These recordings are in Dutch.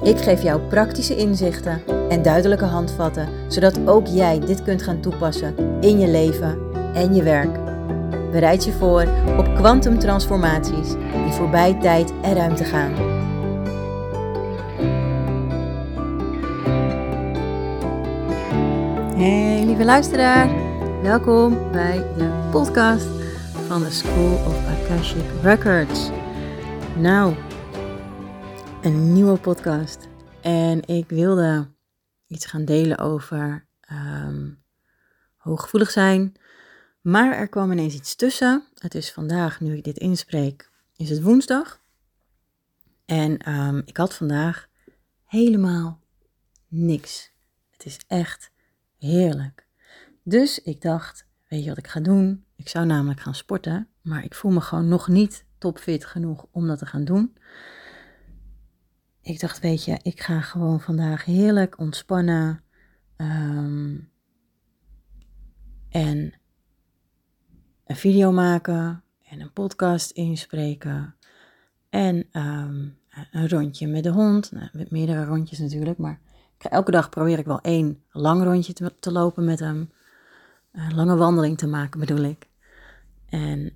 Ik geef jou praktische inzichten en duidelijke handvatten, zodat ook jij dit kunt gaan toepassen in je leven en je werk. Bereid je voor op kwantumtransformaties die voorbij tijd en ruimte gaan. Hey lieve luisteraar, welkom bij de podcast van de School of Akashic Records. Nou, een nieuwe podcast en ik wilde iets gaan delen over hooggevoelig zijn, maar er kwam ineens iets tussen. Het is vandaag, nu ik dit inspreek, is het woensdag en ik had vandaag helemaal niks. Het is echt heerlijk. Dus ik dacht, weet je wat ik ga doen? Ik zou namelijk gaan sporten, maar ik voel me gewoon nog niet topfit genoeg om dat te gaan doen. Ik dacht, weet je, ik ga gewoon vandaag heerlijk ontspannen en een video maken en een podcast inspreken en een rondje met de hond. Nou, met meerdere rondjes natuurlijk, maar elke dag probeer ik wel 1 lang rondje te lopen met hem. Een lange wandeling te maken bedoel ik. En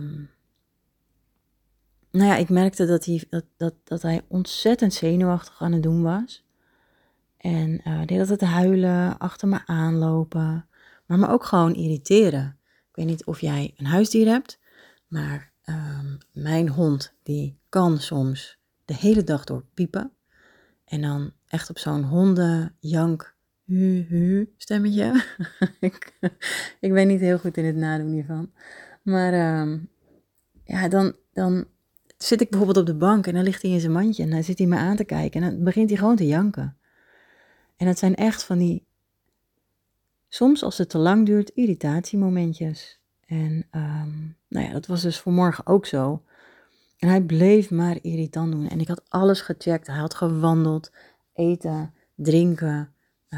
nou ja, ik merkte dat hij ontzettend zenuwachtig aan het doen was. En deed altijd huilen, achter me aanlopen, maar me ook gewoon irriteren. Ik weet niet of jij een huisdier hebt, maar mijn hond die kan soms de hele dag door piepen. En dan echt op zo'n hondenjank, stemmetje. ik ben niet heel goed in het nadoen hiervan. Maar ja, dan zit ik bijvoorbeeld op de bank en dan ligt hij in zijn mandje en dan zit hij me aan te kijken en dan begint hij gewoon te janken. En dat zijn echt van die, soms als het te lang duurt, irritatiemomentjes. En nou ja, dat was dus vanmorgen ook zo. En hij bleef maar irritant doen. En ik had alles gecheckt. Hij had gewandeld, eten, drinken,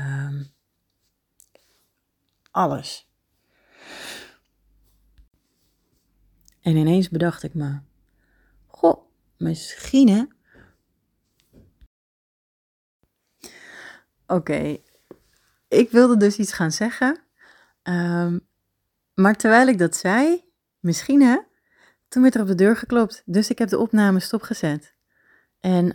alles. En ineens bedacht ik me, goh, misschien hè. Oké, ik wilde dus iets gaan zeggen. Maar terwijl ik dat zei, misschien hè, toen werd er op de deur geklopt. Dus ik heb de opname stopgezet. En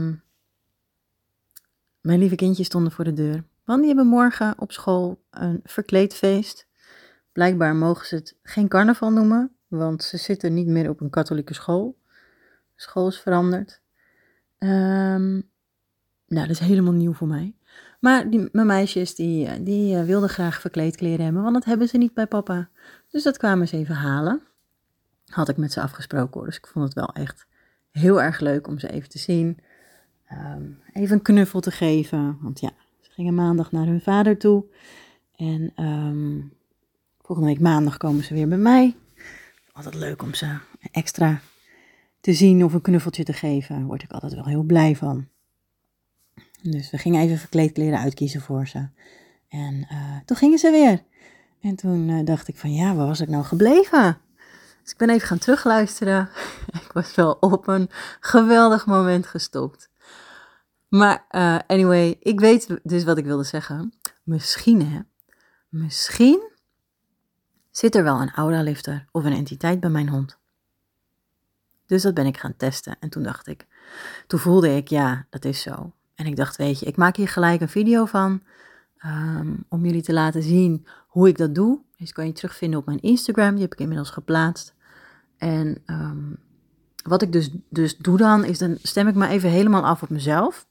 mijn lieve kindjes stonden voor de deur. Want die hebben morgen op school een verkleedfeest. Blijkbaar mogen ze het geen carnaval noemen, want ze zitten niet meer op een katholieke school. De school is veranderd. Nou, dat is helemaal nieuw voor mij. Maar mijn meisjes, die wilden graag verkleedkleren hebben, want dat hebben ze niet bij papa. Dus dat kwamen ze even halen. Had ik met ze afgesproken hoor, dus ik vond het wel echt heel erg leuk om ze even te zien. Even een knuffel te geven, want ja, ze gingen maandag naar hun vader toe. En volgende week maandag komen ze weer bij mij. Altijd leuk om ze extra te zien of een knuffeltje te geven. Daar word ik altijd wel heel blij van. Dus we gingen even verkleedkleren uitkiezen voor ze. En toen gingen ze weer. En toen dacht ik van ja, waar was ik nou gebleven? Dus ik ben even gaan terugluisteren. Ik was wel op een geweldig moment gestopt. Maar anyway, ik weet dus wat ik wilde zeggen. Misschien zit er wel een aura-lifter of een entiteit bij mijn hond. Dus dat ben ik gaan testen. En toen voelde ik, ja, dat is zo. En ik dacht, weet je, ik maak hier gelijk een video van. Om jullie te laten zien hoe ik dat doe. Dus kan je terugvinden op mijn Instagram. Die heb ik inmiddels geplaatst. En wat ik dus doe dan, is dan stem ik me even helemaal af op mezelf.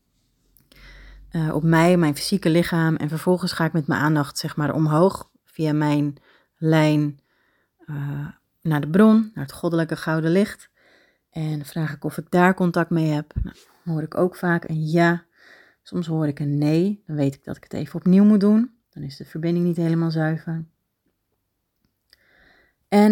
Op mij, mijn fysieke lichaam. En vervolgens ga ik met mijn aandacht zeg maar omhoog. Via mijn lijn naar de bron. Naar het goddelijke gouden licht. En vraag ik of ik daar contact mee heb. Nou, dan hoor ik ook vaak een ja. Soms hoor ik een nee. Dan weet ik dat ik het even opnieuw moet doen. Dan is de verbinding niet helemaal zuiver. En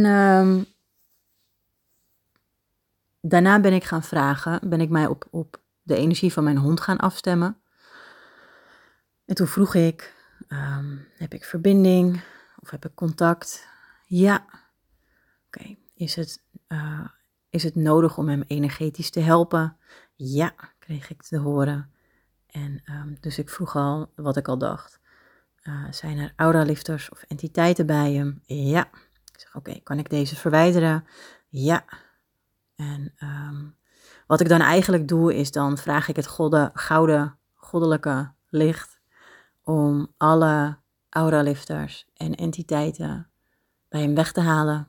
daarna ben ik gaan vragen. Ben ik mij op de energie van mijn hond gaan afstemmen. En toen vroeg ik, heb ik verbinding of heb ik contact? Ja. Oké, is het nodig om hem energetisch te helpen? Ja, kreeg ik te horen. En dus ik vroeg al wat ik al dacht. Zijn er auralifters of entiteiten bij hem? Ja. Ik zeg, oké, kan ik deze verwijderen? Ja. En wat ik dan eigenlijk doe, is dan vraag ik het gouden goddelijke licht om alle auralifters en entiteiten bij hem weg te halen.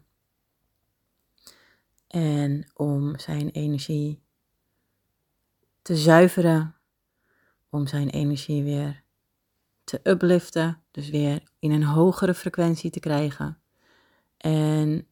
En om zijn energie te zuiveren, om zijn energie weer te upliften, dus weer in een hogere frequentie te krijgen. En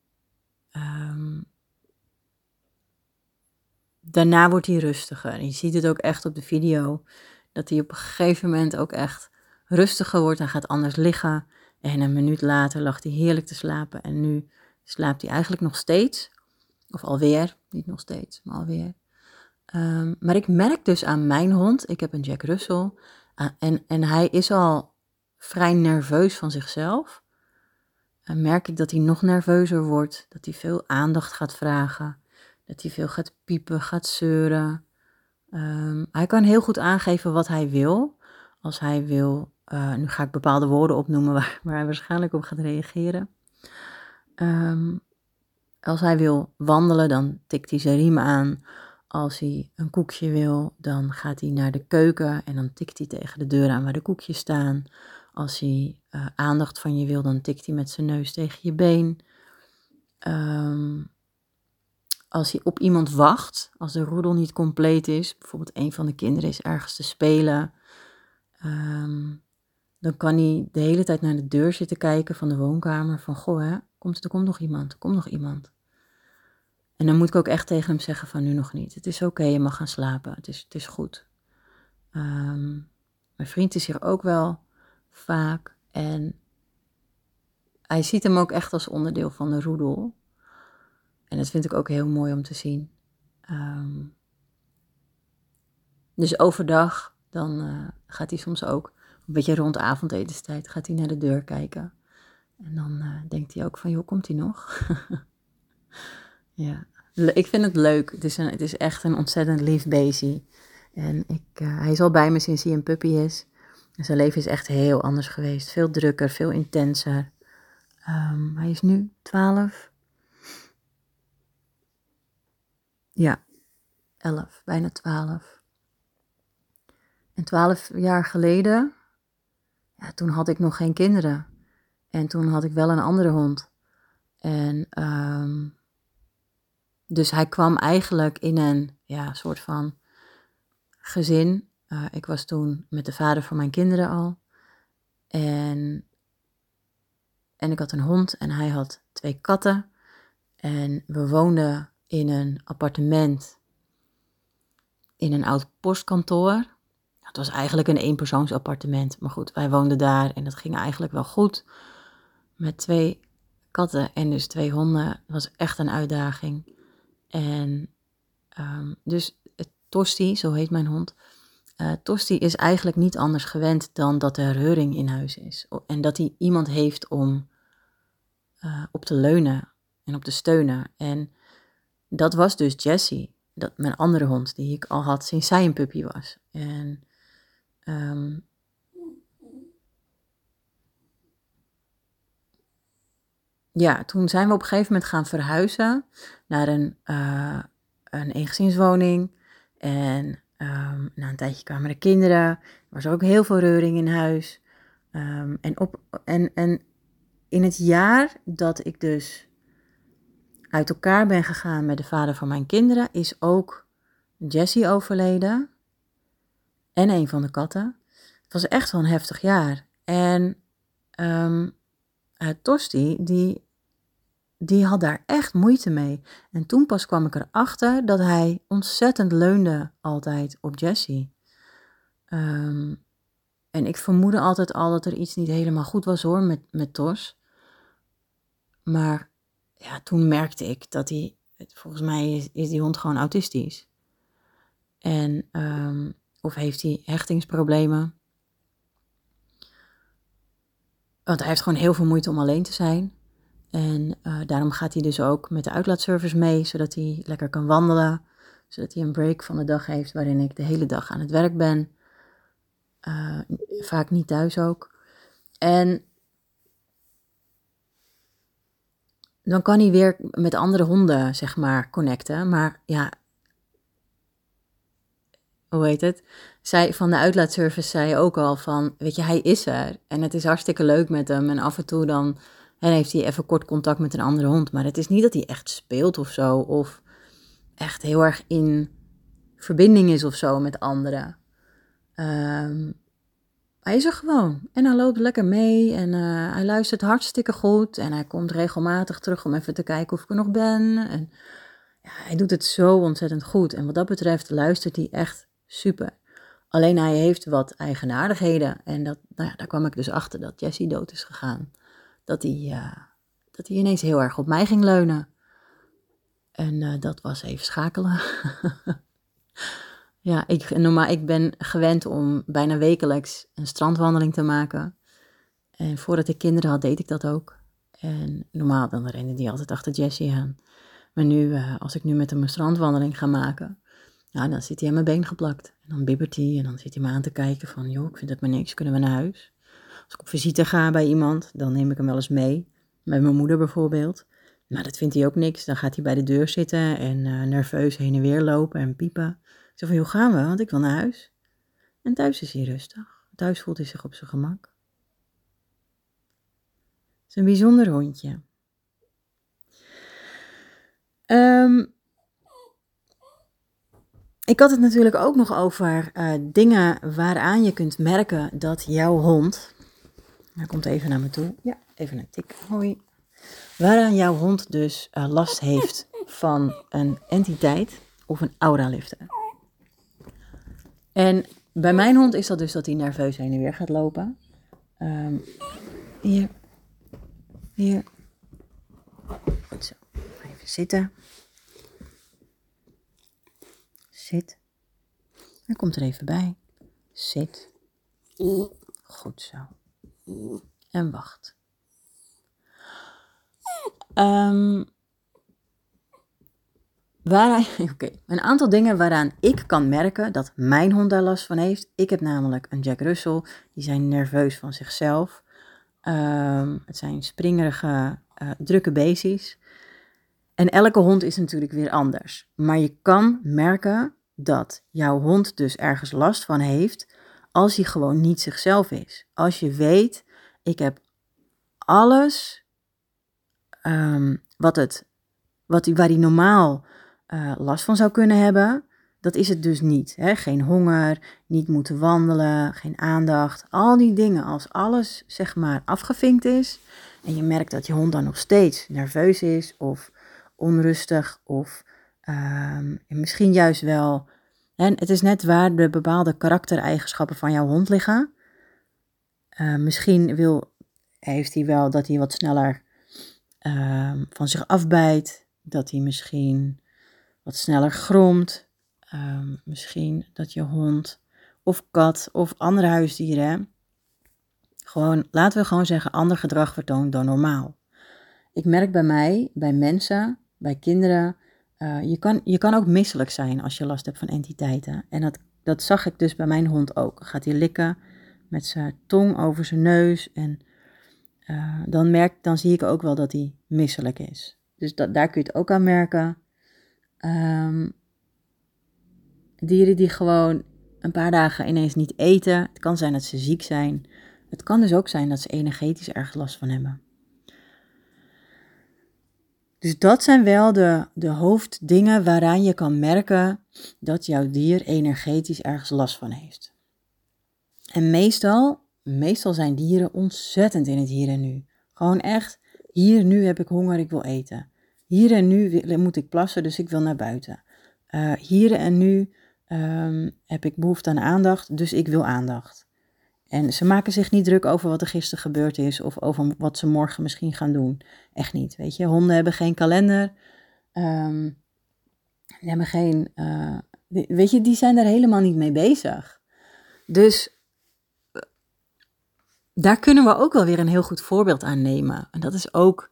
daarna wordt hij rustiger. En je ziet het ook echt op de video, dat hij op een gegeven moment ook echt rustiger wordt. Hij gaat anders liggen. En een minuut later lag hij heerlijk te slapen. En nu slaapt hij eigenlijk nog steeds. Of alweer, niet nog steeds, maar alweer. Maar ik merk dus aan mijn hond, ik heb een Jack Russell, en hij is al vrij nerveus van zichzelf. En merk ik dat hij nog nerveuzer wordt, dat hij veel aandacht gaat vragen, dat hij veel gaat piepen, gaat zeuren. Hij kan heel goed aangeven wat hij wil. Als hij wil, nu ga ik bepaalde woorden opnoemen waar hij waarschijnlijk op gaat reageren. Als hij wil wandelen, dan tikt hij zijn riem aan. Als hij een koekje wil, dan gaat hij naar de keuken en dan tikt hij tegen de deur aan waar de koekjes staan. Als hij aandacht van je wil, dan tikt hij met zijn neus tegen je been. Als hij op iemand wacht, als de roedel niet compleet is, bijvoorbeeld een van de kinderen is ergens te spelen, dan kan hij de hele tijd naar de deur zitten kijken van de woonkamer van, goh hè, er komt nog iemand, er komt nog iemand. En dan moet ik ook echt tegen hem zeggen van nu nog niet. Het is oké, je mag gaan slapen. Het is goed. Mijn vriend is hier ook wel vaak. En hij ziet hem ook echt als onderdeel van de roedel. En dat vind ik ook heel mooi om te zien. Dus overdag, dan gaat hij soms ook, een beetje rond avondetenstijd, gaat hij naar de deur kijken. En dan denkt hij ook van, joh, komt hij nog? Ja. Ik vind het leuk. Het is echt een ontzettend lief beestje. En hij is al bij me sinds hij een puppy is. En zijn leven is echt heel anders geweest. Veel drukker, veel intenser. Hij is nu 12. Ja, 11, bijna 12. En 12 jaar geleden, ja, toen had ik nog geen kinderen. En toen had ik wel een andere hond. En dus hij kwam eigenlijk in een soort van gezin. Ik was toen met de vader van mijn kinderen al. En ik had een hond en hij had 2 katten. En we woonden in een appartement in een oud postkantoor. Het was eigenlijk een eenpersoonsappartement. Maar goed, wij woonden daar en dat ging eigenlijk wel goed. Met 2 katten en dus 2 honden. Dat was echt een uitdaging. En dus Tosti, zo heet mijn hond. Tosti is eigenlijk niet anders gewend dan dat er reuring in huis is. En dat hij iemand heeft om op te leunen en op te steunen. En dat was dus Jessie, mijn andere hond, die ik al had sinds zij een puppy was. En toen zijn we op een gegeven moment gaan verhuizen naar een eengezinswoning. En na een tijdje kwamen er kinderen. Er was ook heel veel reuring in huis. En in het jaar dat ik dus uit elkaar ben gegaan met de vader van mijn kinderen, is ook Jessie overleden. En een van de katten. Het was echt wel een heftig jaar. En Tosti, die had daar echt moeite mee. En toen pas kwam ik erachter dat hij ontzettend leunde altijd op Jessie. En ik vermoedde altijd al dat er iets niet helemaal goed was hoor met Tos. Maar ja, toen merkte ik dat volgens mij is die hond gewoon autistisch. En of heeft hij hechtingsproblemen. Want hij heeft gewoon heel veel moeite om alleen te zijn. En daarom gaat hij dus ook met de uitlaatservice mee, zodat hij lekker kan wandelen. Zodat hij een break van de dag heeft waarin ik de hele dag aan het werk ben. Vaak niet thuis ook. En dan kan hij weer met andere honden, zeg maar, connecten. Maar ja, hoe heet het? Zij van de uitlaatservice zei ook al van, weet je, hij is er. En het is hartstikke leuk met hem. En af en toe dan heeft hij even kort contact met een andere hond. Maar het is niet dat hij echt speelt of zo. Of echt heel erg in verbinding is of zo met anderen. Hij is er gewoon. En hij loopt lekker mee. En hij luistert hartstikke goed. En hij komt regelmatig terug om even te kijken of ik er nog ben. En ja, hij doet het zo ontzettend goed. En wat dat betreft luistert hij echt super. Alleen hij heeft wat eigenaardigheden. En daar kwam ik dus achter dat Jessie dood is gegaan. Dat hij ineens heel erg op mij ging leunen. En dat was even schakelen. Ja, ik ben gewend om bijna wekelijks een strandwandeling te maken. En voordat ik kinderen had, deed ik dat ook. En normaal dan rende die altijd achter Jessie aan. Maar nu, als ik nu met hem een strandwandeling ga maken, nou, dan zit hij aan mijn been geplakt. En dan bibbert hij en dan zit hij me aan te kijken van, joh, ik vind het maar niks, kunnen we naar huis? Als ik op visite ga bij iemand, dan neem ik hem wel eens mee. Met mijn moeder bijvoorbeeld. Maar dat vindt hij ook niks. Dan gaat hij bij de deur zitten en nerveus heen en weer lopen en piepen. Ik zeg van, joh, gaan we, want ik wil naar huis. En thuis is hij rustig. Thuis voelt hij zich op zijn gemak. Het is een bijzonder hondje. Ik had het natuurlijk ook nog over dingen waaraan je kunt merken dat jouw hond... Hij komt even naar me toe. Ja, even een tik. Hoi. Waaraan jouw hond dus last heeft van een entiteit of een auralifter. En bij mijn hond is dat dus dat hij nerveus heen en weer gaat lopen. Hier. Goed zo. Even zitten. Zit. Hij komt er even bij. Zit. Goed zo. En wacht. Een aantal dingen waaraan ik kan merken dat mijn hond daar last van heeft. Ik heb namelijk een Jack Russell. Die zijn nerveus van zichzelf. Het zijn springerige, drukke beestjes. En elke hond is natuurlijk weer anders. Maar je kan merken dat jouw hond dus ergens last van heeft als hij gewoon niet zichzelf is. Als je weet, ik heb alles waar hij normaal last van zou kunnen hebben, dat is het dus niet. Hè? Geen honger, niet moeten wandelen, geen aandacht. Al die dingen, als alles zeg maar afgevinkt is en je merkt dat je hond dan nog steeds nerveus is of onrustig of misschien juist wel. En het is net waar de bepaalde karaktereigenschappen van jouw hond liggen. Misschien heeft hij wel dat hij wat sneller van zich afbijt. Dat hij misschien wat sneller gromt. Misschien dat je hond of kat of andere huisdieren gewoon, laten we gewoon zeggen, ander gedrag vertoont dan normaal. Ik merk bij mij, bij mensen, bij kinderen, je kan ook misselijk zijn als je last hebt van entiteiten. En dat zag ik dus bij mijn hond ook. Gaat hij likken met zijn tong over zijn neus en dan zie ik ook wel dat hij misselijk is. Dus daar kun je het ook aan merken. Dieren die gewoon een paar dagen ineens niet eten. Het kan zijn dat ze ziek zijn. Het kan dus ook zijn dat ze energetisch erg last van hebben. Dus dat zijn wel de hoofddingen waaraan je kan merken dat jouw dier energetisch ergens last van heeft. En meestal zijn dieren ontzettend in het hier en nu. Gewoon echt, hier nu heb ik honger, ik wil eten. Hier en nu moet ik plassen, dus ik wil naar buiten. Hier en nu heb ik behoefte aan aandacht, dus ik wil aandacht. En ze maken zich niet druk over wat er gisteren gebeurd is of over wat ze morgen misschien gaan doen. Echt niet, weet je. Honden hebben geen kalender. Die hebben geen... weet je, die zijn daar helemaal niet mee bezig. Dus daar kunnen we ook wel weer een heel goed voorbeeld aan nemen. En dat is ook,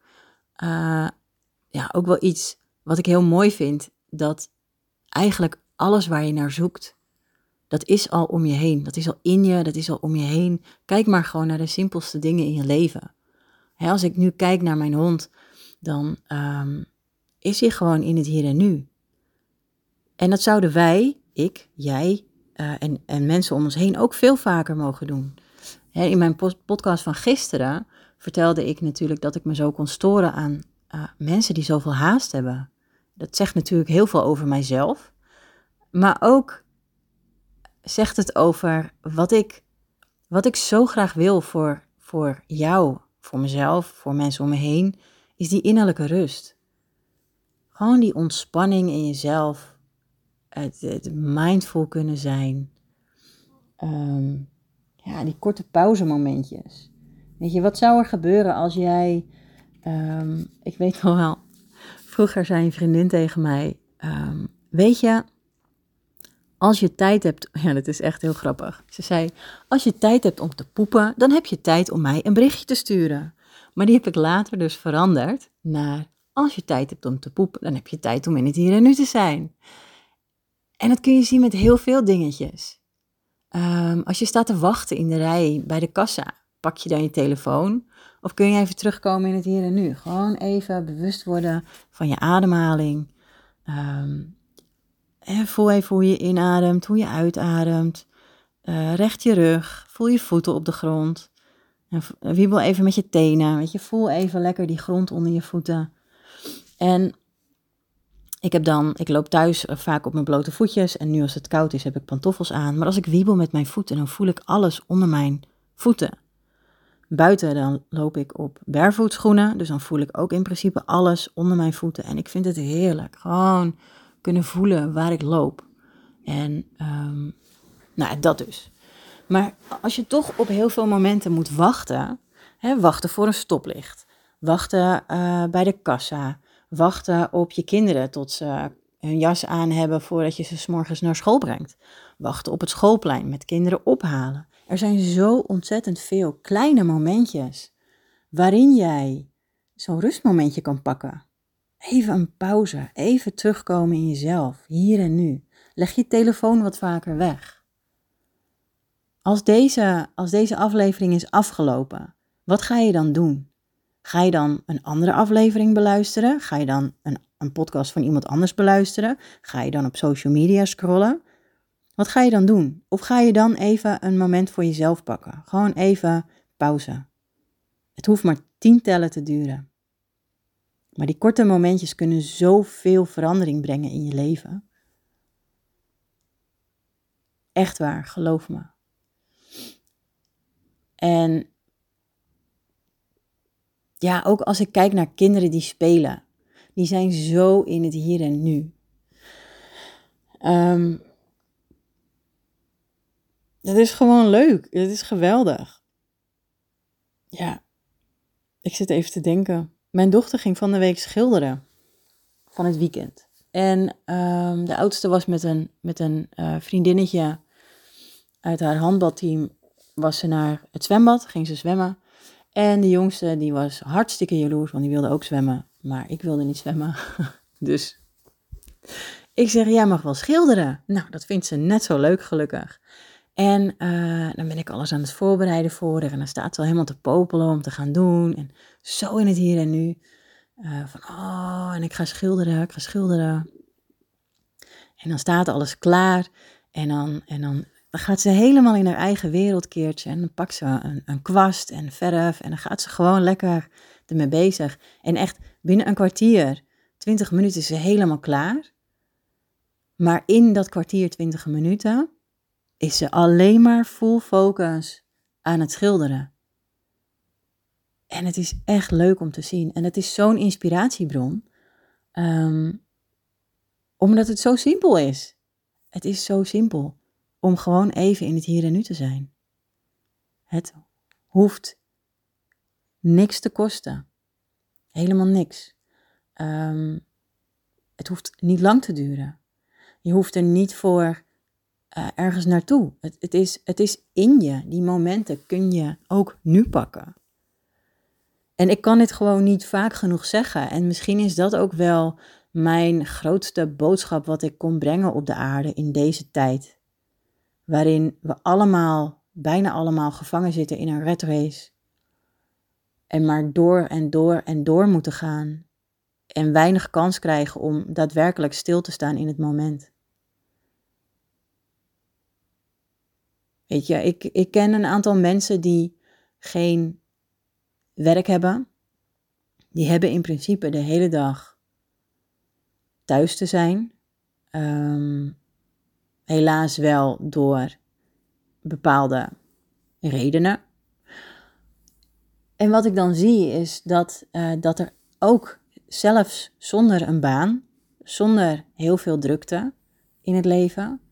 ook wel iets wat ik heel mooi vind. Dat eigenlijk alles waar je naar zoekt, Dat is al om je heen. Dat is al in je, dat is al om je heen. Kijk maar gewoon naar de simpelste dingen in je leven. Als ik nu kijk naar mijn hond, dan is hij gewoon in het hier en nu. En dat zouden wij, ik, jij en mensen om ons heen ook veel vaker mogen doen. In mijn podcast van gisteren vertelde ik natuurlijk dat ik me zo kon storen aan mensen die zoveel haast hebben. Dat zegt natuurlijk heel veel over mijzelf. Maar ook zegt het over wat ik zo graag wil voor jou, voor mezelf, voor mensen om me heen, is die innerlijke rust. Gewoon die ontspanning in jezelf, het mindful kunnen zijn, die korte pauzemomentjes. Weet je, wat zou er gebeuren als jij, ik weet nog wel, vroeger zei een vriendin tegen mij, weet je, als je tijd hebt, ja, dat is echt heel grappig. Ze zei, als je tijd hebt om te poepen, dan heb je tijd om mij een berichtje te sturen. Maar die heb ik later dus veranderd naar, als je tijd hebt om te poepen, dan heb je tijd om in het hier en nu te zijn. En dat kun je zien met heel veel dingetjes. Als je staat te wachten in de rij bij de kassa, pak je dan je telefoon? Of kun je even terugkomen in het hier en nu? Gewoon even bewust worden van je ademhaling. En voel even hoe je inademt, hoe je uitademt. Recht je rug, voel je voeten op de grond. En wiebel even met je tenen, weet je, voel even lekker die grond onder je voeten. En ik loop thuis vaak op mijn blote voetjes en nu als het koud is heb ik pantoffels aan. Maar als ik wiebel met mijn voeten, dan voel ik alles onder mijn voeten. Buiten dan loop ik op barefoot-schoenen, dus dan voel ik ook in principe alles onder mijn voeten. En ik vind het heerlijk, gewoon kunnen voelen waar ik loop. En dat dus. Maar als je toch op heel veel momenten moet wachten, wachten voor een stoplicht, wachten bij de kassa, wachten op je kinderen tot ze hun jas aan hebben voordat je ze 's morgens naar school brengt, wachten op het schoolplein met kinderen ophalen. Er zijn zo ontzettend veel kleine momentjes waarin jij zo'n rustmomentje kan pakken. Even een pauze, even terugkomen in jezelf, hier en nu. Leg je telefoon wat vaker weg. Als deze aflevering is afgelopen, wat ga je dan doen? Ga je dan een andere aflevering beluisteren? Ga je dan een podcast van iemand anders beluisteren? Ga je dan op social media scrollen? Wat ga je dan doen? Of ga je dan even een moment voor jezelf pakken? Gewoon even pauze. Het hoeft maar 10 tellen te duren. Maar die korte momentjes kunnen zoveel verandering brengen in je leven. Echt waar, geloof me. En ja, ook als ik kijk naar kinderen die spelen, die zijn zo in het hier en nu. Dat is gewoon leuk, het is geweldig. Ja, ik zit even te denken. Mijn dochter ging van de week schilderen van het weekend. En de oudste was met een vriendinnetje uit haar handbalteam, was ze naar het zwembad, ging ze zwemmen. En de jongste die was hartstikke jaloers, want die wilde ook zwemmen. Maar ik wilde niet zwemmen. Dus ik zeg, jij mag wel schilderen. Nou, dat vindt ze net zo leuk, gelukkig. En dan ben ik alles aan het voorbereiden voor haar. En dan staat ze al helemaal te popelen om te gaan doen. En zo in het hier en nu. En ik ga schilderen. En dan staat alles klaar. En dan gaat ze helemaal in haar eigen wereldkeertje. En dan pakt ze een kwast en verf. En dan gaat ze gewoon lekker ermee bezig. En echt binnen een kwartier, 20 minuten is ze helemaal klaar. Maar in dat kwartier, 20 minuten, is ze alleen maar full focus aan het schilderen. En het is echt leuk om te zien. En het is zo'n inspiratiebron. Omdat het zo simpel is. Het is zo simpel om gewoon even in het hier en nu te zijn. Het hoeft niks te kosten. Helemaal niks. Het hoeft niet lang te duren. Je hoeft er niet voor ergens naartoe. Het is in je. Die momenten kun je ook nu pakken. En ik kan dit gewoon niet vaak genoeg zeggen. En misschien is dat ook wel mijn grootste boodschap wat ik kon brengen op de aarde in deze tijd. waarin we bijna allemaal gevangen zitten in een rat race. En maar door en door en door moeten gaan. En weinig kans krijgen om daadwerkelijk stil te staan in het moment. Weet je, ik ken een aantal mensen die geen werk hebben. Die hebben in principe de hele dag thuis te zijn. Helaas wel door bepaalde redenen. En wat ik dan zie is dat er ook zelfs zonder een baan, zonder heel veel drukte in het leven,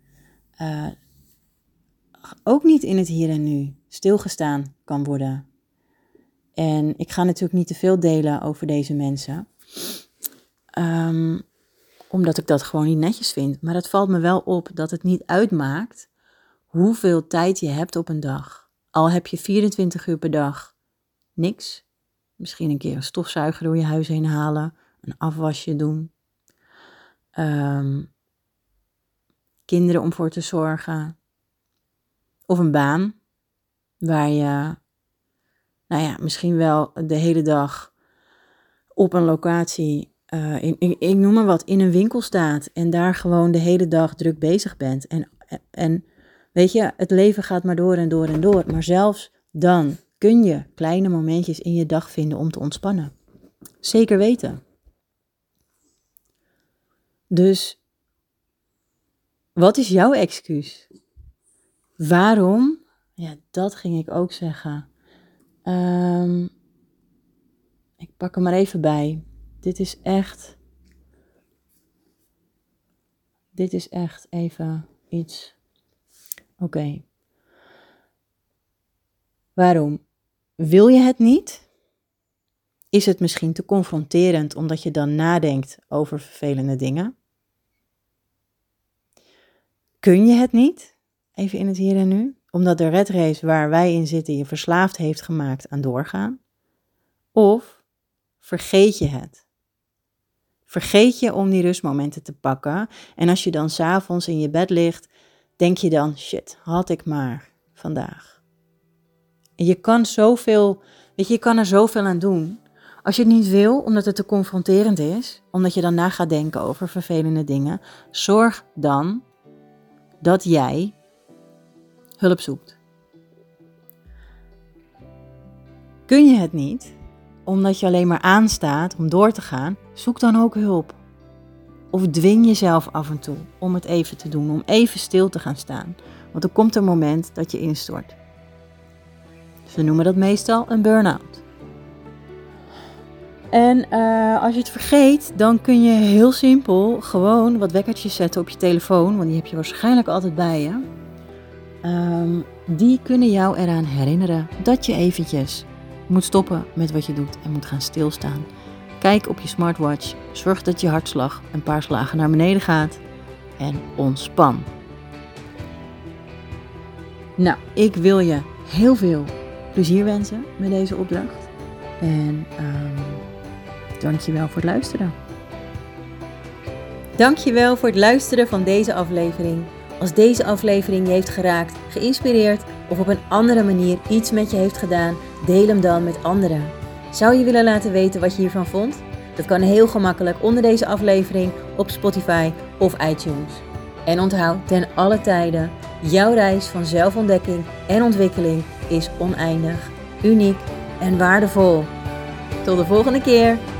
ook niet in het hier en nu stilgestaan kan worden. En ik ga natuurlijk niet te veel delen over deze mensen, omdat ik dat gewoon niet netjes vind. Maar het valt me wel op dat het niet uitmaakt hoeveel tijd je hebt op een dag. Al heb je 24 uur per dag niks. Misschien een keer een stofzuiger door je huis heen halen, een afwasje doen. Kinderen om voor te zorgen. Of een baan waar je, misschien wel de hele dag op een locatie, ik noem maar wat, in een winkel staat en daar gewoon de hele dag druk bezig bent. En weet je, het leven gaat maar door en door en door. Maar zelfs dan kun je kleine momentjes in je dag vinden om te ontspannen. Zeker weten. Dus, wat is jouw excuus? Waarom? Ja, dat ging ik ook zeggen. Ik pak hem maar even bij. Dit is echt even iets. Oké. Waarom? Wil je het niet? Is het misschien te confronterend omdat je dan nadenkt over vervelende dingen? Kun je het niet? Even in het hier en nu. Omdat de red race waar wij in zitten je verslaafd heeft gemaakt aan doorgaan? Of vergeet je het? Vergeet je om die rustmomenten te pakken. En als je dan 's avonds in je bed ligt, denk je dan, shit, had ik maar vandaag. En je kan je kan er zoveel aan doen. Als je het niet wil, omdat het te confronterend is, omdat je dan na gaat denken over vervelende dingen, zorg dan dat jij hulp zoekt. Kun je het niet, omdat je alleen maar aanstaat om door te gaan, zoek dan ook hulp. Of dwing jezelf af en toe om het even te doen, om even stil te gaan staan. Want er komt een moment dat je instort. Ze noemen dat meestal een burn-out. En als je het vergeet, dan kun je heel simpel gewoon wat wekkertjes zetten op je telefoon, want die heb je waarschijnlijk altijd bij je. Die kunnen jou eraan herinneren dat je eventjes moet stoppen met wat je doet en moet gaan stilstaan. Kijk op je smartwatch, zorg dat je hartslag een paar slagen naar beneden gaat en ontspan. Nou, ik wil je heel veel plezier wensen met deze opdracht. En dankjewel voor het luisteren. Dankjewel voor het luisteren van deze aflevering. Als deze aflevering je heeft geraakt, geïnspireerd of op een andere manier iets met je heeft gedaan, deel hem dan met anderen. Zou je willen laten weten wat je hiervan vond? Dat kan heel gemakkelijk onder deze aflevering op Spotify of iTunes. En onthoud ten alle tijden, jouw reis van zelfontdekking en ontwikkeling is oneindig, uniek en waardevol. Tot de volgende keer!